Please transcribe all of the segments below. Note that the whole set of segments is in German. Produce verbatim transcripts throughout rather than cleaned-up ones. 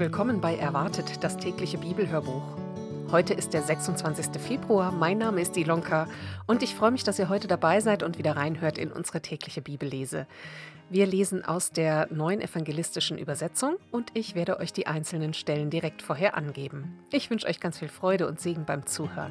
willkommen bei Erwartet, das tägliche Bibelhörbuch. Heute ist der sechsundzwanzigster Februar, mein Name ist Ilonka und ich freue mich, dass ihr heute dabei seid und wieder reinhört in unsere tägliche Bibellese. Wir lesen aus der neuen evangelistischen Übersetzung und ich werde euch die einzelnen Stellen direkt vorher angeben. Ich wünsche euch ganz viel Freude und Segen beim Zuhören.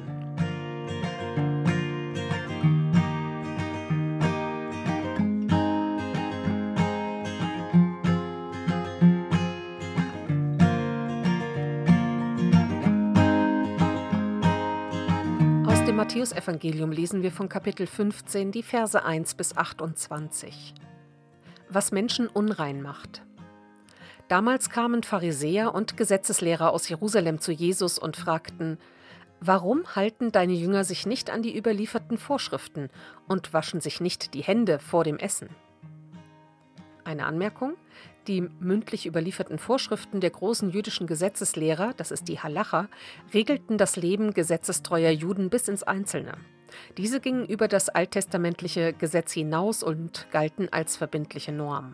Im Matthäusevangelium lesen wir von Kapitel fünfzehn die Verse eins bis achtundzwanzig. Was Menschen unrein macht. Damals kamen Pharisäer und Gesetzeslehrer aus Jerusalem zu Jesus und fragten: Warum halten deine Jünger sich nicht an die überlieferten Vorschriften und waschen sich nicht die Hände vor dem Essen? Eine Anmerkung: Die mündlich überlieferten Vorschriften der großen jüdischen Gesetzeslehrer, das ist die Halacha, regelten das Leben gesetzestreuer Juden bis ins Einzelne. Diese gingen über das alttestamentliche Gesetz hinaus und galten als verbindliche Norm.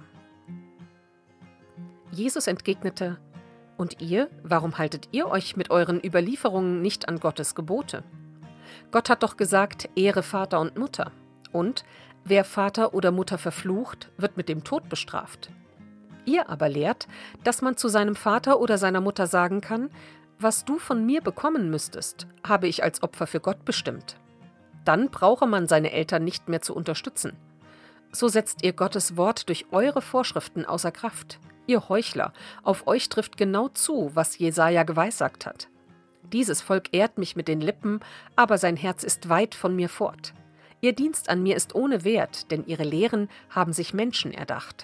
Jesus entgegnete: Und ihr, warum haltet ihr euch mit euren Überlieferungen nicht an Gottes Gebote? Gott hat doch gesagt, ehre Vater und Mutter. Und wer Vater oder Mutter verflucht, wird mit dem Tod bestraft. Ihr aber lehrt, dass man zu seinem Vater oder seiner Mutter sagen kann: Was du von mir bekommen müsstest, habe ich als Opfer für Gott bestimmt. Dann brauche man seine Eltern nicht mehr zu unterstützen. So setzt ihr Gottes Wort durch eure Vorschriften außer Kraft. Ihr Heuchler, auf euch trifft genau zu, was Jesaja geweissagt hat. Dieses Volk ehrt mich mit den Lippen, aber sein Herz ist weit von mir fort. Ihr Dienst an mir ist ohne Wert, denn ihre Lehren haben sich Menschen erdacht.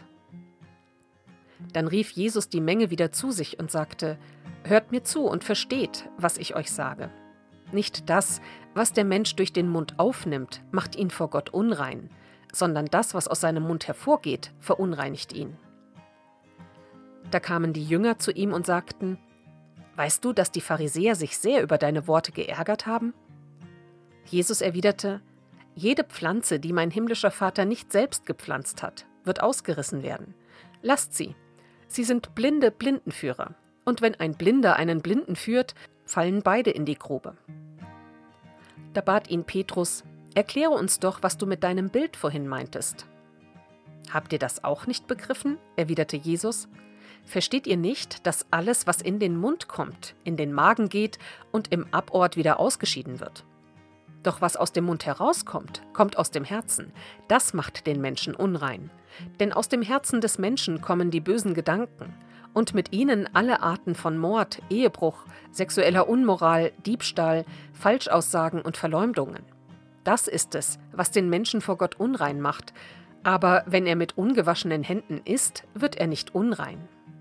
Dann rief Jesus die Menge wieder zu sich und sagte: Hört mir zu und versteht, was ich euch sage. Nicht das, was der Mensch durch den Mund aufnimmt, macht ihn vor Gott unrein, sondern das, was aus seinem Mund hervorgeht, verunreinigt ihn. Da kamen die Jünger zu ihm und sagten: Weißt du, dass die Pharisäer sich sehr über deine Worte geärgert haben? Jesus erwiderte: Jede Pflanze, die mein himmlischer Vater nicht selbst gepflanzt hat, wird ausgerissen werden. Lasst sie. Sie sind blinde Blindenführer. Und wenn ein Blinder einen Blinden führt, fallen beide in die Grube. Da bat ihn Petrus: Erkläre uns doch, was du mit deinem Bild vorhin meintest. Habt ihr das auch nicht begriffen? Erwiderte Jesus. Versteht ihr nicht, dass alles, was in den Mund kommt, in den Magen geht und im Abort wieder ausgeschieden wird? Doch was aus dem Mund herauskommt, kommt aus dem Herzen. Das macht den Menschen unrein. Denn aus dem Herzen des Menschen kommen die bösen Gedanken und mit ihnen alle Arten von Mord, Ehebruch, sexueller Unmoral, Diebstahl, Falschaussagen und Verleumdungen. Das ist es, was den Menschen vor Gott unrein macht. Aber wenn er mit ungewaschenen Händen isst, wird er nicht unrein.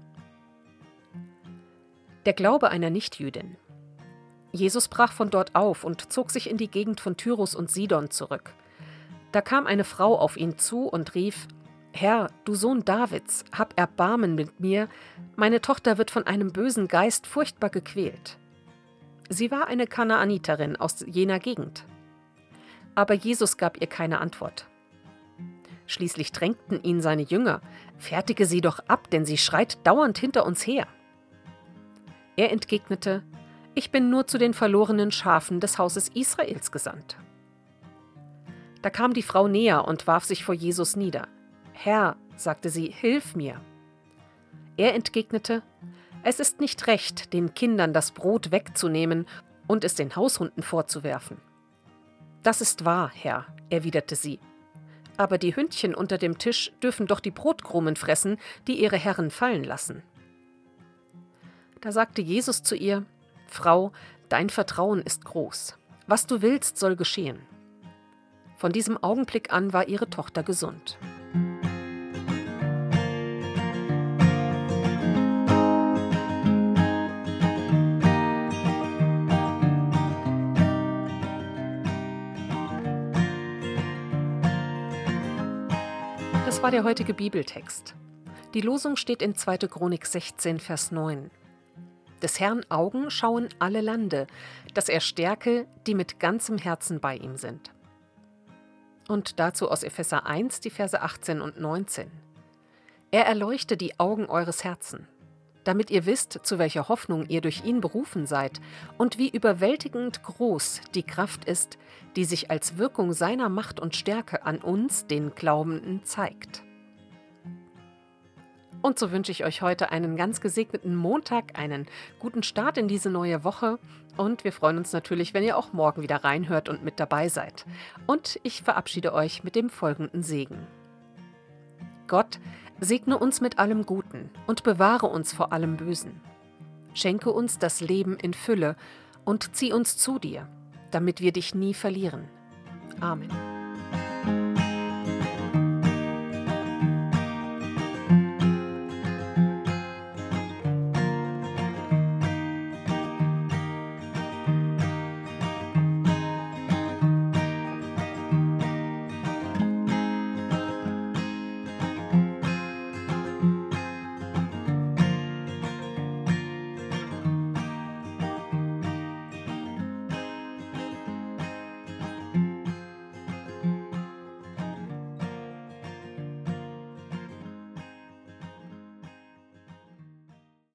Der Glaube einer Nichtjüdin. Jesus brach von dort auf und zog sich in die Gegend von Tyrus und Sidon zurück. Da kam eine Frau auf ihn zu und rief: Herr, du Sohn Davids, hab Erbarmen mit mir, meine Tochter wird von einem bösen Geist furchtbar gequält. Sie war eine Kanaaniterin aus jener Gegend. Aber Jesus gab ihr keine Antwort. Schließlich drängten ihn seine Jünger: Fertige sie doch ab, denn sie schreit dauernd hinter uns her. Er entgegnete: Ich bin nur zu den verlorenen Schafen des Hauses Israels gesandt. Da kam die Frau näher und warf sich vor Jesus nieder. Herr, sagte sie, hilf mir. Er entgegnete: Es ist nicht recht, den Kindern das Brot wegzunehmen und es den Haushunden vorzuwerfen. Das ist wahr, Herr, erwiderte sie. Aber die Hündchen unter dem Tisch dürfen doch die Brotkrumen fressen, die ihre Herren fallen lassen. Da sagte Jesus zu ihr: Frau, dein Vertrauen ist groß. Was du willst, soll geschehen. Von diesem Augenblick an war ihre Tochter gesund. Das war der heutige Bibeltext. Die Losung steht in zweiter Chronik sechzehn, Vers neun. Des Herrn Augen schauen alle Lande, dass er stärke, die mit ganzem Herzen bei ihm sind. Und dazu aus Epheser eins, die Verse achtzehn und neunzehn. Er erleuchte die Augen eures Herzen. damit ihr wisst, zu welcher Hoffnung ihr durch ihn berufen seid und wie überwältigend groß die Kraft ist, die sich als Wirkung seiner Macht und Stärke an uns, den Glaubenden, zeigt. Und so wünsche ich euch heute einen ganz gesegneten Montag, einen guten Start in diese neue Woche und wir freuen uns natürlich, wenn ihr auch morgen wieder reinhört und mit dabei seid. Und ich verabschiede euch mit dem folgenden Segen. Gott, segne uns mit allem Guten und bewahre uns vor allem Bösen. Schenke uns das Leben in Fülle und zieh uns zu dir, damit wir dich nie verlieren. Amen.